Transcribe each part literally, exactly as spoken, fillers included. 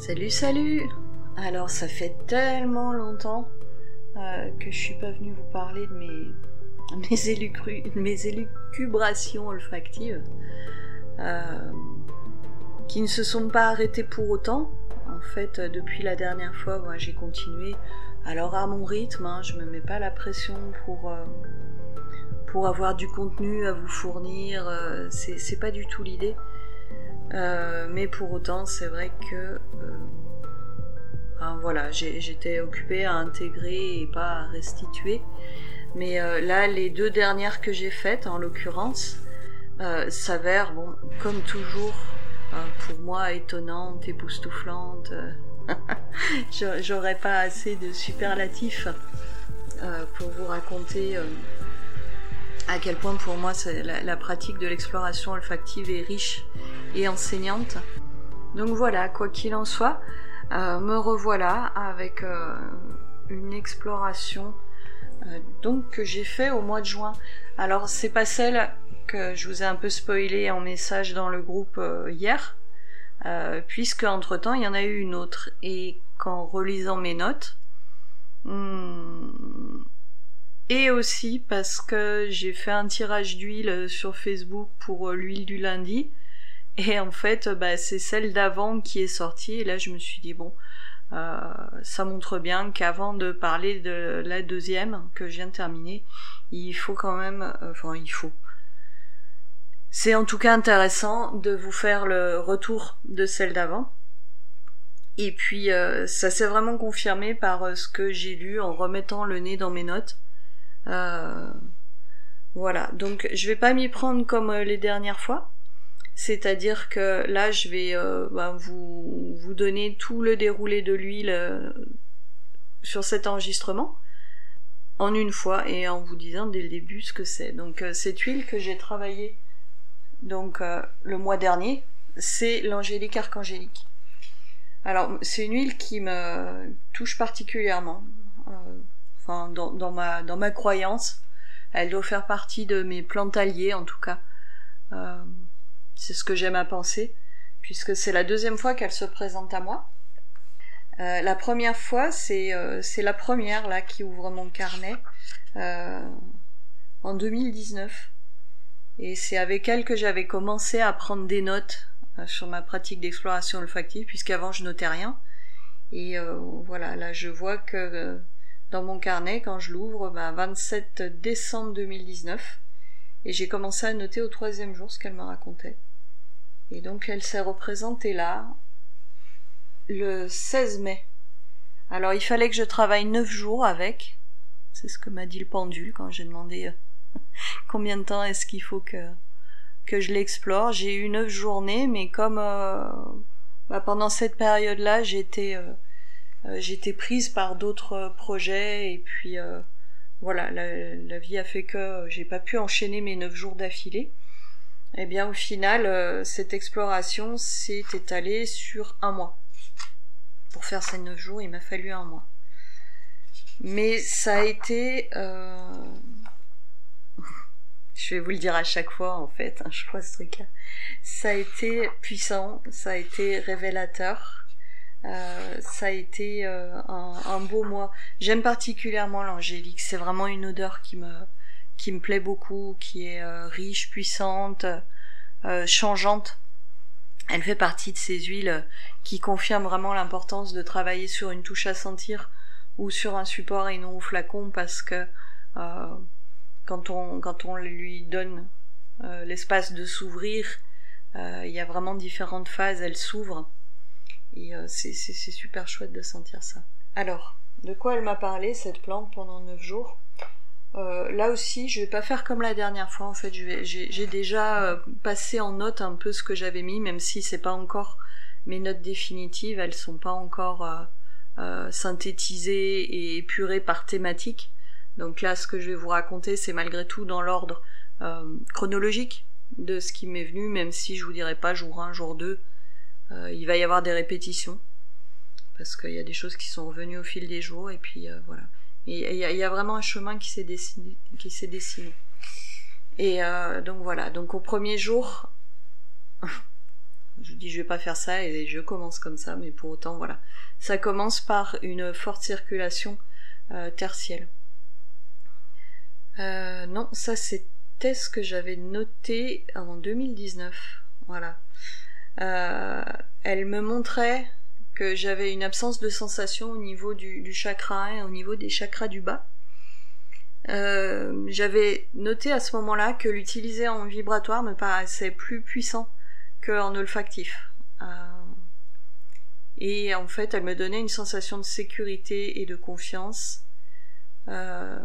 Salut, salut! Alors, ça fait tellement longtemps euh, que je suis pas venue vous parler de mes, mes, élucru, mes élucubrations olfactives euh, qui ne se sont pas arrêtées pour autant. En fait, depuis la dernière fois, moi, j'ai continué. Alors, à mon rythme, hein, je me mets pas la pression pour, euh, pour avoir du contenu à vous fournir. Euh, c'est, c'est pas du tout l'idée. Euh, mais pour autant, c'est vrai que euh, enfin, voilà, j'ai, j'étais occupée à intégrer et pas à restituer. Mais euh, là, les deux dernières que j'ai faites, en l'occurrence, euh, s'avèrent, bon, comme toujours, euh, pour moi, étonnantes, époustouflantes. J'aurais pas assez de superlatifs euh, pour vous raconter euh, à quel point pour moi c'est la, la pratique de l'exploration olfactive est riche et enseignante. Donc voilà, quoi qu'il en soit, euh, me revoilà avec euh, une exploration euh, donc que j'ai fait au mois de juin. Alors c'est pas celle que je vous ai un peu spoilée en message dans le groupe euh, hier, euh, puisque entre temps il y en a eu une autre, et qu'en relisant mes notes, hmm, et aussi parce que j'ai fait un tirage d'huile sur Facebook pour l'huile du lundi, et en fait bah, c'est celle d'avant qui est sortie, et là je me suis dit bon, euh, ça montre bien qu'avant de parler de la deuxième que je viens de terminer, il faut quand même, euh, enfin il faut, c'est en tout cas intéressant de vous faire le retour de celle d'avant. Et puis euh, ça s'est vraiment confirmé par euh, ce que j'ai lu en remettant le nez dans mes notes. Euh, voilà, donc je vais pas m'y prendre comme euh, les dernières fois, c'est-à-dire que là je vais euh, ben, vous, vous donner tout le déroulé de l'huile euh, sur cet enregistrement en une fois et en vous disant dès le début ce que c'est. Donc euh, cette huile que j'ai travaillée donc euh, le mois dernier, c'est l'angélique archangélique. Alors c'est une huile qui me touche particulièrement. Euh, Enfin, dans, dans ma dans ma croyance, elle doit faire partie de mes plantes alliées en tout cas. Euh, c'est ce que j'aime à penser, puisque c'est la deuxième fois qu'elle se présente à moi. Euh, la première fois, c'est euh, c'est la première là qui ouvre mon carnet euh, en deux mille dix-neuf, et c'est avec elle que j'avais commencé à prendre des notes euh, sur ma pratique d'exploration olfactive, puisqu'avant je notais rien. Et euh, voilà, là je vois que euh, dans mon carnet, quand je l'ouvre, ben, vingt-sept décembre deux mille dix-neuf, et j'ai commencé à noter au troisième jour ce qu'elle me racontait. Et donc elle s'est représentée là, le seize mai. Alors il fallait que je travaille neuf jours avec, c'est ce que m'a dit le pendule quand j'ai demandé euh, combien de temps est-ce qu'il faut que, que je l'explore. J'ai eu neuf journées, mais comme euh, bah, pendant cette période-là, j'étais... Euh, Euh, j'étais prise par d'autres euh, projets, et puis euh, voilà, la, la vie a fait que euh, j'ai pas pu enchaîner mes neuf jours d'affilée. Et bien au final, euh, cette exploration s'est étalée sur un mois. Pour faire ces neuf jours, il m'a fallu un mois. Mais ça a été... Euh... je vais vous le dire à chaque fois en fait, hein, je crois ce truc-là. Ça a été puissant, ça a été révélateur. Euh, ça a été euh, un, un beau mois. J'aime particulièrement l'angélique, c'est vraiment une odeur qui me qui me plaît beaucoup, qui est euh, riche, puissante, euh, changeante. Elle fait partie de ces huiles qui confirment vraiment l'importance de travailler sur une touche à sentir ou sur un support et non au flacon, parce que euh, quand on quand on lui donne euh, l'espace de s'ouvrir, euh, il y a vraiment différentes phases, elle s'ouvre. Et euh, c'est, c'est, c'est super chouette de sentir ça. Alors, de quoi elle m'a parlé, cette plante, pendant neuf jours euh, Là aussi, je vais pas faire comme la dernière fois, en fait. Je vais, j'ai, j'ai déjà euh, passé en note un peu ce que j'avais mis, même si c'est pas encore mes notes définitives, elles sont pas encore euh, euh, synthétisées et épurées par thématique. Donc là, ce que je vais vous raconter, c'est malgré tout dans l'ordre euh, chronologique de ce qui m'est venu, même si je vous dirai pas jour un, jour deux. Euh, il va y avoir des répétitions parce qu'il y a des choses qui sont revenues au fil des jours, et puis euh, voilà. Et il y, y a vraiment un chemin qui s'est dessiné, qui s'est dessiné. Et euh, donc voilà. Donc au premier jour, je dis je vais pas faire ça et je commence comme ça, mais pour autant voilà. Ça commence par une forte circulation euh, tertielle. Euh, non, ça c'était ce que j'avais noté en deux mille dix-neuf. Voilà. Euh, elle me montrait que j'avais une absence de sensation au niveau du, du chakra et au niveau des chakras du bas. Euh, j'avais noté à ce moment-là que l'utiliser en vibratoire me paraissait plus puissant qu'en olfactif. Euh, et en fait, elle me donnait une sensation de sécurité et de confiance. Euh,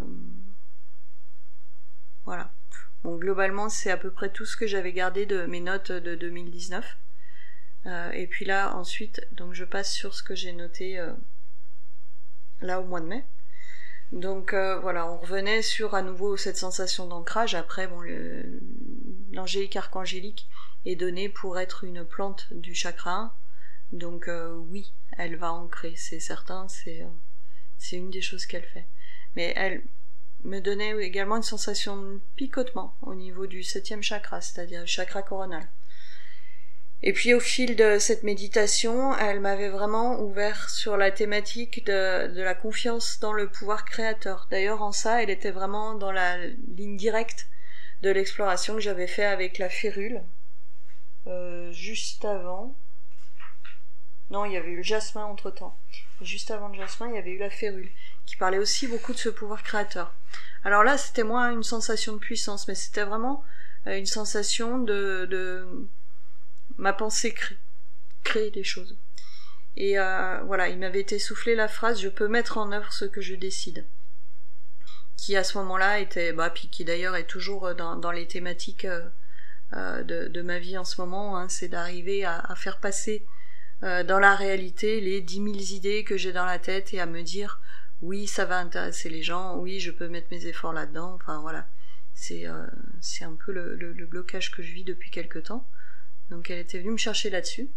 voilà. Bon, globalement, c'est à peu près tout ce que j'avais gardé de mes notes de deux mille dix-neuf. Euh, et puis là, ensuite, donc je passe sur ce que j'ai noté euh, là au mois de mai. Donc euh, voilà, on revenait sur à nouveau cette sensation d'ancrage. Après, bon, le, l'angélique archangélique est donnée pour être une plante du chakra un. Donc euh, oui, elle va ancrer, c'est certain, c'est, euh, c'est une des choses qu'elle fait. Mais elle me donnait également une sensation de picotement au niveau du septième chakra, c'est-à-dire le chakra coronal. Et puis au fil de cette méditation, elle m'avait vraiment ouvert sur la thématique de, de la confiance dans le pouvoir créateur. D'ailleurs en ça, elle était vraiment dans la ligne directe de l'exploration que j'avais fait avec la férule. Euh, juste avant... Non, il y avait eu le jasmin entre-temps. Juste avant le jasmin, il y avait eu la férule, qui parlait aussi beaucoup de ce pouvoir créateur. Alors là, c'était moins une sensation de puissance, mais c'était vraiment une sensation de... de... ma pensée crée, crée des choses. Et euh, voilà, il m'avait été soufflé la phrase « Je peux mettre en œuvre ce que je décide », qui à ce moment-là était, bah, puis qui d'ailleurs est toujours dans, dans les thématiques euh, euh, de, de ma vie en ce moment, hein, c'est d'arriver à, à faire passer euh, dans la réalité les dix mille idées que j'ai dans la tête et à me dire « Oui, ça va intéresser les gens, oui, je peux mettre mes efforts là-dedans », enfin voilà, c'est, euh, c'est un peu le, le, le blocage que je vis depuis quelque temps. Donc elle était venue me chercher là-dessus.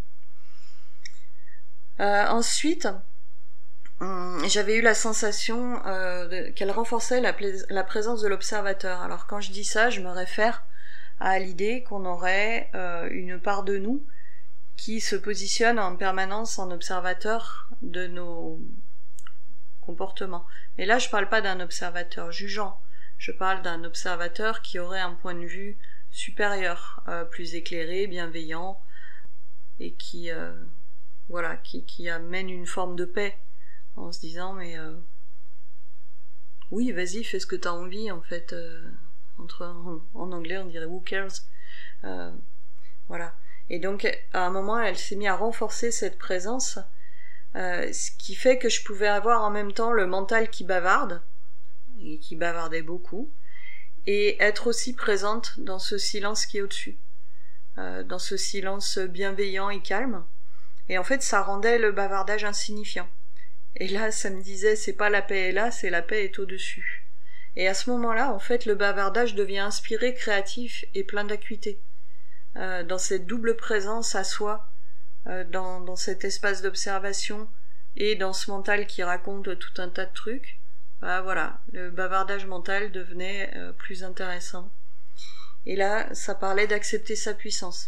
Euh, ensuite, hum, j'avais eu la sensation euh, de, qu'elle renforçait la, pla- la présence de l'observateur. Alors quand je dis ça, je me réfère à l'idée qu'on aurait euh, une part de nous qui se positionne en permanence en observateur de nos comportements. Mais là, je parle pas d'un observateur jugeant. Je parle d'un observateur qui aurait un point de vue supérieur, euh, plus éclairé, bienveillant, et qui, euh, voilà, qui, qui amène une forme de paix, en se disant, mais euh, oui, vas-y, fais ce que t'as envie, en fait, euh, entre, en, en anglais, on dirait who cares, euh, voilà. Et donc, à un moment, elle s'est mise à renforcer cette présence, euh, ce qui fait que je pouvais avoir en même temps le mental qui bavarde, et qui bavardait beaucoup, et être aussi présente dans ce silence qui est au-dessus, euh, dans ce silence bienveillant et calme. Et en fait, ça rendait le bavardage insignifiant. Et là, ça me disait, c'est pas la paix est là, c'est la paix est au-dessus. Et à ce moment-là, en fait, le bavardage devient inspiré, créatif et plein d'acuité. Euh, dans cette double présence à soi, euh, dans, dans cet espace d'observation et dans ce mental qui raconte tout un tas de trucs, bah voilà, le bavardage mental devenait euh, plus intéressant. Et là, ça parlait d'accepter sa puissance.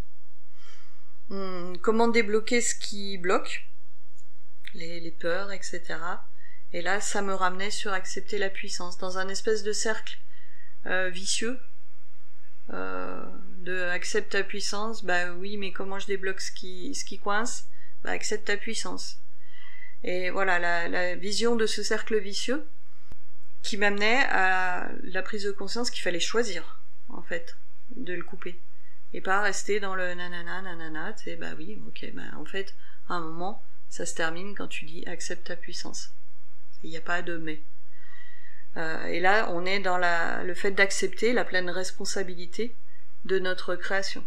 Hum, comment débloquer ce qui bloque, les, les peurs, et cetera. Et là, ça me ramenait sur accepter la puissance, dans un espèce de cercle euh, vicieux, euh, de accepte ta puissance, bah oui, mais comment je débloque ce qui, ce qui coince? Bah accepte ta puissance. Et voilà, la, la vision de ce cercle vicieux qui m'amenait à la prise de conscience qu'il fallait choisir, en fait, de le couper. Et pas rester dans le nanana, nanana, tu sais, bah oui, ok, bah en fait, à un moment, ça se termine quand tu dis accepte ta puissance. Il n'y a pas de mais. Euh, et là, on est dans la, le fait d'accepter la pleine responsabilité de notre création.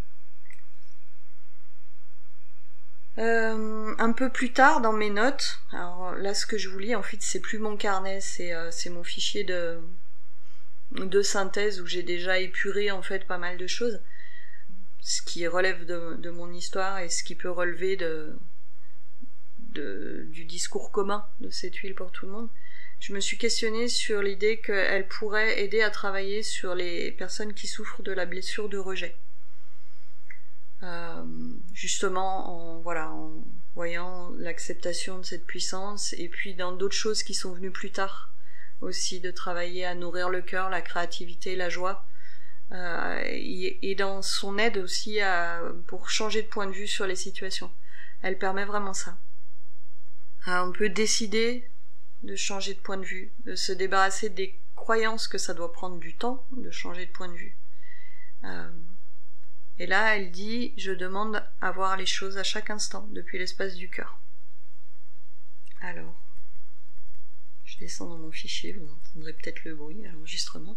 Euh, un peu plus tard dans mes notes, alors là ce que je vous lis en fait c'est plus mon carnet, c'est, euh, c'est mon fichier de, de synthèse où j'ai déjà épuré en fait pas mal de choses, ce qui relève de, de mon histoire et ce qui peut relever de, de, du discours commun de cette huile pour tout le monde. Je me suis questionnée sur l'idée qu'elle pourrait aider à travailler sur les personnes qui souffrent de la blessure de rejet. euh, justement en, voilà, en voyant l'acceptation de cette puissance, et puis dans d'autres choses qui sont venues plus tard aussi, de travailler à nourrir le cœur, la créativité, la joie, euh, et, et dans son aide aussi à, pour changer de point de vue sur les situations. Elle permet vraiment ça. Euh, on peut décider de changer de point de vue, de se débarrasser des croyances que ça doit prendre du temps de changer de point de vue. Euh, et là, elle dit, je demande à voir les choses à chaque instant, depuis l'espace du cœur. Alors, je descends dans mon fichier, vous entendrez peut-être le bruit à l'enregistrement.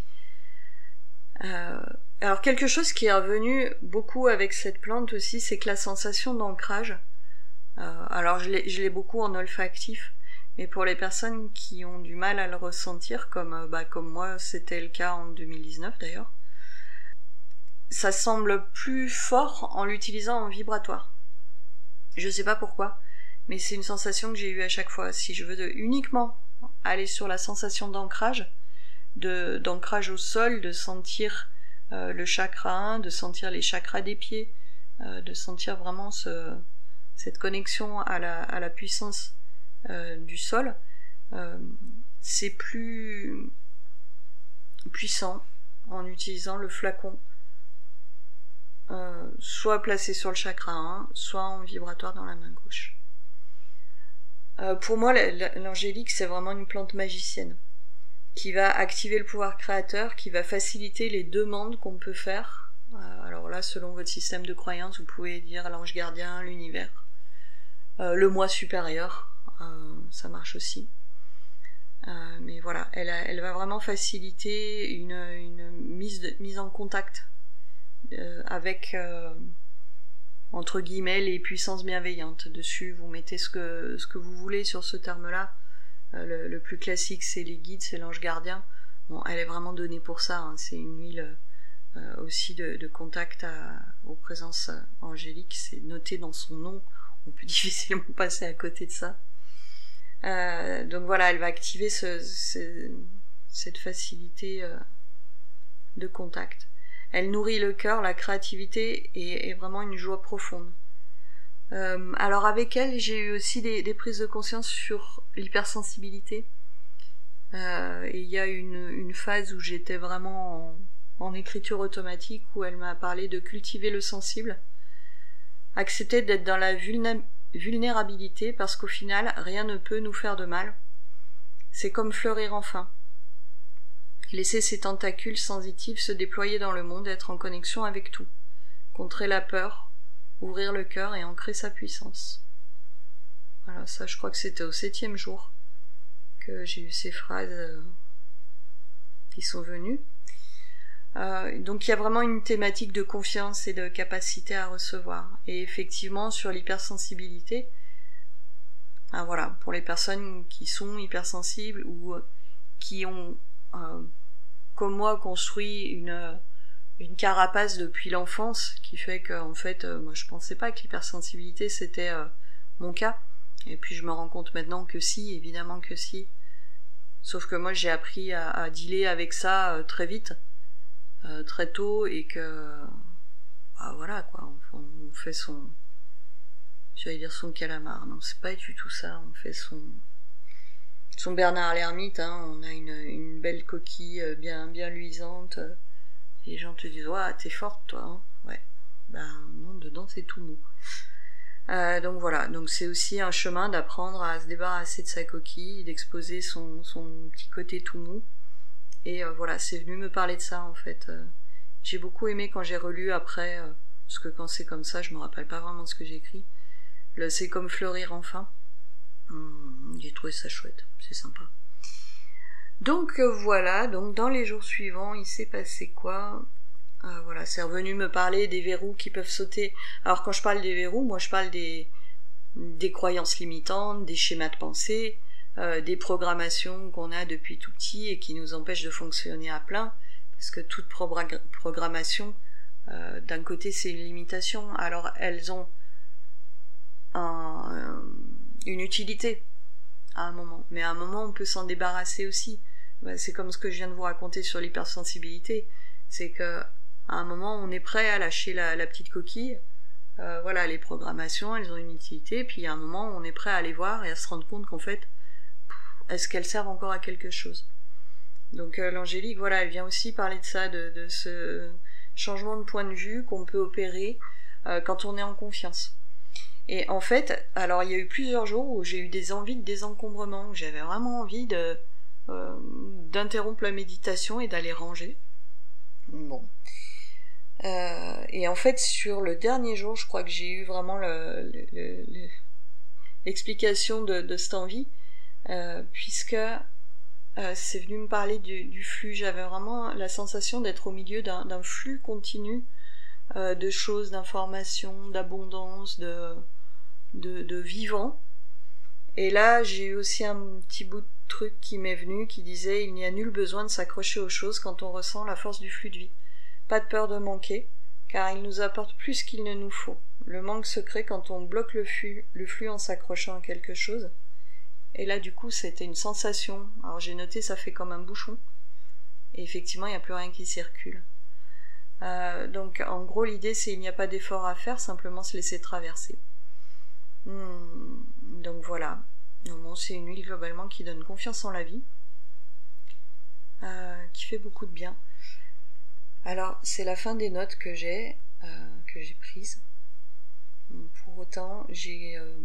Euh, alors, quelque chose qui est revenu beaucoup avec cette plante aussi, c'est que la sensation d'ancrage, euh, alors je l'ai, je l'ai beaucoup en olfactif, mais pour les personnes qui ont du mal à le ressentir, comme, bah, comme moi, c'était le cas en deux mille dix-neuf d'ailleurs, ça semble plus fort en l'utilisant en vibratoire. Je sais pas pourquoi, mais c'est une sensation que j'ai eue à chaque fois. Si je veux de, uniquement aller sur la sensation d'ancrage, de, d'ancrage au sol, de sentir euh, le chakra un, de sentir les chakras des pieds, euh, de sentir vraiment ce, cette connexion à la, à la puissance euh, du sol, euh, c'est plus puissant en utilisant le flacon, Euh, soit placé sur le chakra un, soit en vibratoire dans la main gauche. Euh, pour moi, l'angélique, c'est vraiment une plante magicienne qui va activer le pouvoir créateur, qui va faciliter les demandes qu'on peut faire. Euh, alors là, selon votre système de croyance, vous pouvez dire l'ange gardien, l'univers, euh, le moi supérieur, euh, ça marche aussi. Euh, mais voilà, elle, a, elle va vraiment faciliter une, une mise, de, mise en contact Euh, avec euh, entre guillemets les puissances bienveillantes. Dessus vous mettez ce que, ce que vous voulez sur ce terme là, euh, le, le plus classique c'est les guides, c'est l'ange gardien. Bon, elle est vraiment donnée pour ça, hein. C'est une huile euh, aussi de, de contact à, aux présences angéliques, c'est noté dans son nom, on peut difficilement passer à côté de ça. Euh, donc voilà, elle va activer ce, ce, cette facilité euh, de contact. Elle nourrit le cœur, la créativité et, et vraiment une joie profonde. Euh, alors avec elle, j'ai eu aussi des, des prises de conscience sur l'hypersensibilité. Euh, et il y a une, une phase où j'étais vraiment en, en écriture automatique, où elle m'a parlé de cultiver le sensible, accepter d'être dans la vulna- vulnérabilité, parce qu'au final, rien ne peut nous faire de mal. C'est comme fleurir enfin. Laisser ses tentacules sensitifs se déployer dans le monde, être en connexion avec tout. Contrer la peur, ouvrir le cœur et ancrer sa puissance. Voilà, ça je crois que c'était au septième jour que j'ai eu ces phrases euh, qui sont venues. Euh, donc il y a vraiment une thématique de confiance et de capacité à recevoir. Et effectivement, sur l'hypersensibilité, ah, voilà, pour les personnes qui sont hypersensibles ou euh, qui ont euh, comme moi construit une, une carapace depuis l'enfance qui fait que en fait euh, moi je pensais pas que l'hypersensibilité c'était euh, mon cas, et puis je me rends compte maintenant que si, évidemment que si, sauf que moi j'ai appris à, à dealer avec ça euh, très vite, euh, très tôt, et que bah voilà quoi, on, on fait son, j'allais dire son calamar, non c'est pas du tout ça, on fait son son Bernard l'ermite, hein, on a une, une belle coquille bien, bien luisante. Les gens te disent, ouais, t'es forte toi, hein. Ouais. Ben non, dedans c'est tout mou. Euh, donc voilà, donc c'est aussi un chemin d'apprendre à se débarrasser de sa coquille, d'exposer son, son petit côté tout mou. Et euh, voilà, c'est venu me parler de ça en fait. Euh, j'ai beaucoup aimé quand j'ai relu après, euh, parce que quand c'est comme ça, je me rappelle pas vraiment de ce que j'ai écrit. Le c'est comme fleurir enfin. Hum, j'ai trouvé ça chouette, c'est sympa. Donc euh, voilà, donc dans les jours suivants, il s'est passé quoi ? euh, Voilà, c'est revenu me parler des verrous qui peuvent sauter. Alors quand je parle des verrous, moi je parle des, des croyances limitantes, des schémas de pensée, euh, des programmations qu'on a depuis tout petit et qui nous empêchent de fonctionner à plein, parce que toute pro- programmation, euh, d'un côté c'est une limitation, alors elles ont un... un une utilité à un moment, mais à un moment on peut s'en débarrasser aussi. C'est comme ce que je viens de vous raconter sur l'hypersensibilité, c'est que à un moment on est prêt à lâcher la, la petite coquille. Euh, voilà, les programmations, elles ont une utilité, puis il y a un moment où on est prêt à les voir et à se rendre compte qu'en fait, est-ce qu'elles servent encore à quelque chose? Donc euh, l'angélique, voilà, elle vient aussi parler de ça, de, de ce changement de point de vue qu'on peut opérer euh, quand on est en confiance. Et en fait, alors il y a eu plusieurs jours où j'ai eu des envies de désencombrement, où j'avais vraiment envie de, euh, d'interrompre la méditation et d'aller ranger. Bon. Euh, et en fait, sur le dernier jour, je crois que j'ai eu vraiment le, le, le, l'explication de, de cette envie, euh, puisque euh, c'est venu me parler du, du flux. J'avais vraiment la sensation d'être au milieu d'un, d'un flux continu euh, de choses, d'informations, d'abondance, de, de, de vivant. Et là, j'ai eu aussi un petit bout de truc qui m'est venu, qui disait « Il n'y a nul besoin de s'accrocher aux choses quand on ressent la force du flux de vie. Pas de peur de manquer, car il nous apporte plus qu'il ne nous faut. Le manque se crée quand on bloque le flux, le flux en s'accrochant à quelque chose. » Et là, du coup, c'était une sensation. Alors j'ai noté, ça fait comme un bouchon. Et effectivement, il n'y a plus rien qui circule. Euh, donc, en gros, l'idée, c'est qu'il n'y a pas d'effort à faire, simplement se laisser traverser. Hmm, donc voilà. Donc, bon, c'est une huile globalement qui donne confiance en la vie, euh, qui fait beaucoup de bien. Alors, c'est la fin des notes que j'ai, euh, que j'ai prises. Pour autant, j'ai, euh,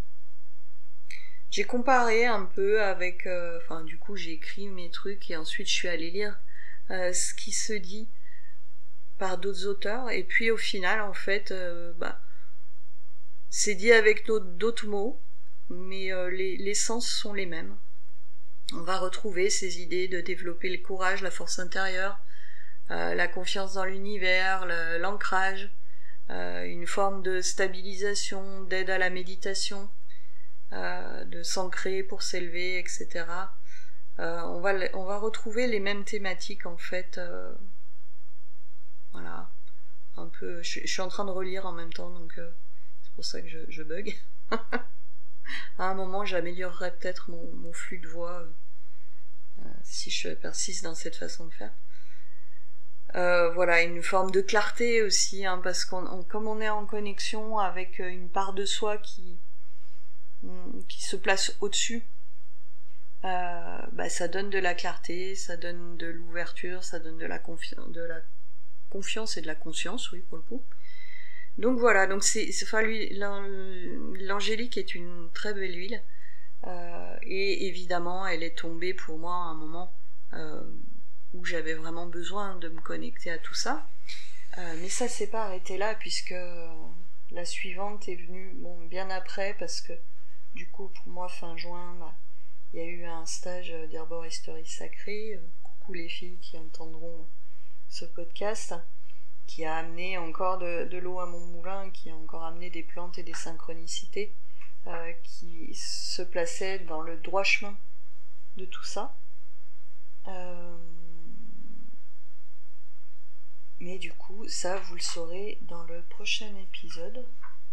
j'ai comparé un peu avec, euh, enfin, du coup, j'ai écrit mes trucs et ensuite je suis allée lire euh, ce qui se dit par d'autres auteurs. Et puis, au final, en fait, euh, bah, c'est dit avec d'autres mots, mais euh, les, les sens sont les mêmes. On va retrouver ces idées de développer le courage, la force intérieure, Euh, la confiance dans l'univers, le, l'ancrage, euh, une forme de stabilisation, d'aide à la méditation, euh, de s'ancrer pour s'élever, et cetera. Euh, on va on va retrouver les mêmes thématiques en fait. Euh, voilà, un peu. Je, je suis en train de relire en même temps, donc euh, c'est pour ça que je, je bug. À un moment, j'améliorerai peut-être mon, mon flux de voix euh, si je persiste dans cette façon de faire. Euh, voilà, une forme de clarté aussi, hein, parce qu'on, on, comme on est en connexion avec une part de soi qui, qui se place au-dessus, euh, bah, ça donne de la clarté, ça donne de l'ouverture, ça donne de la, confi- de la confiance et de la conscience, oui, pour le coup. Donc voilà, donc c'est, c'est enfin, lui, l'angélique est une très belle huile, euh, et évidemment, elle est tombée pour moi à un moment euh, où j'avais vraiment besoin de me connecter à tout ça. Euh, mais ça s'est pas arrêté là, puisque la suivante est venue bon, bien après, parce que du coup, pour moi, fin juin, bah, il y a eu un stage d'herboristerie sacrée. Coucou les filles qui entendront ce podcast, qui a amené encore de, de l'eau à mon moulin, qui a encore amené des plantes et des synchronicités, euh, qui se plaçaient dans le droit chemin de tout ça. Euh... Mais du coup, ça, vous le saurez dans le prochain épisode,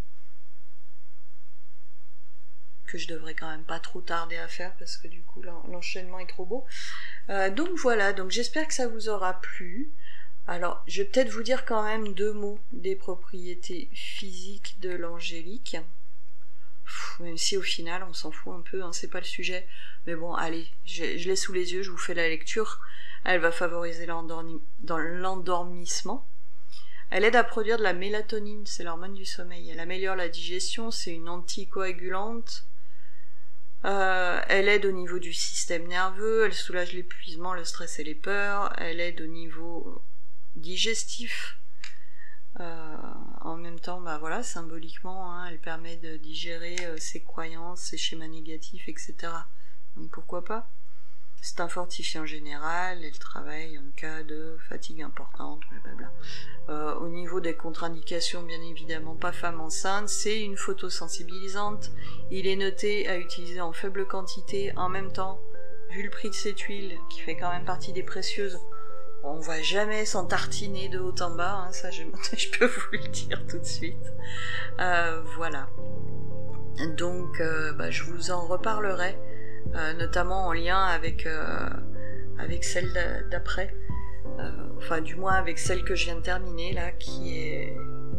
que je devrais quand même pas trop tarder à faire, parce que du coup, l'enchaînement est trop beau. Euh, donc voilà, donc j'espère que ça vous aura plu. Alors, je vais peut-être vous dire quand même deux mots des propriétés physiques de l'angélique. Pff, même si au final, on s'en fout un peu, hein, c'est pas le sujet. Mais bon, allez, je, je l'ai sous les yeux, je vous fais la lecture. Elle va favoriser l'endormi- dans l'endormissement. Elle aide à produire de la mélatonine, c'est l'hormone du sommeil. Elle améliore la digestion, c'est une anticoagulante. Euh, elle aide au niveau du système nerveux, elle soulage l'épuisement, le stress et les peurs. Elle aide au niveau digestif. Euh, en même temps, bah voilà, symboliquement, hein, elle permet de digérer euh, ses croyances, ses schémas négatifs, et cetera. Donc pourquoi pas? C'est un fortifiant général, elle travaille en cas de fatigue importante, blablabla. Euh, au niveau des contre-indications, bien évidemment, pas femme enceinte, c'est une photosensibilisante. Il est noté à utiliser en faible quantité. En même temps, vu le prix de cette huile, qui fait quand même partie des précieuses, on va jamais s'en tartiner de haut en bas, hein, ça je, je peux vous le dire tout de suite. Euh, voilà. Donc, euh, bah, je vous en reparlerai. Euh, notamment en lien avec, euh, avec celle d'après, Euh, enfin, du moins avec celle que je viens de terminer là, qui est...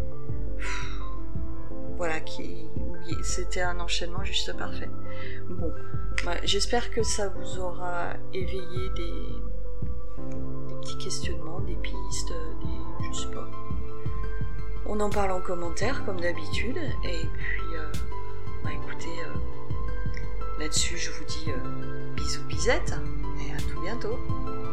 Voilà, qui... oui, c'était un enchaînement juste parfait. Bon, bah, j'espère que ça vous aura éveillé des... des petits questionnements, des pistes, des... je sais pas. On en parle en commentaire comme d'habitude, et puis, euh... bah écoutez, euh... là-dessus je vous dis euh... bisous bisettes, et à tout bientôt.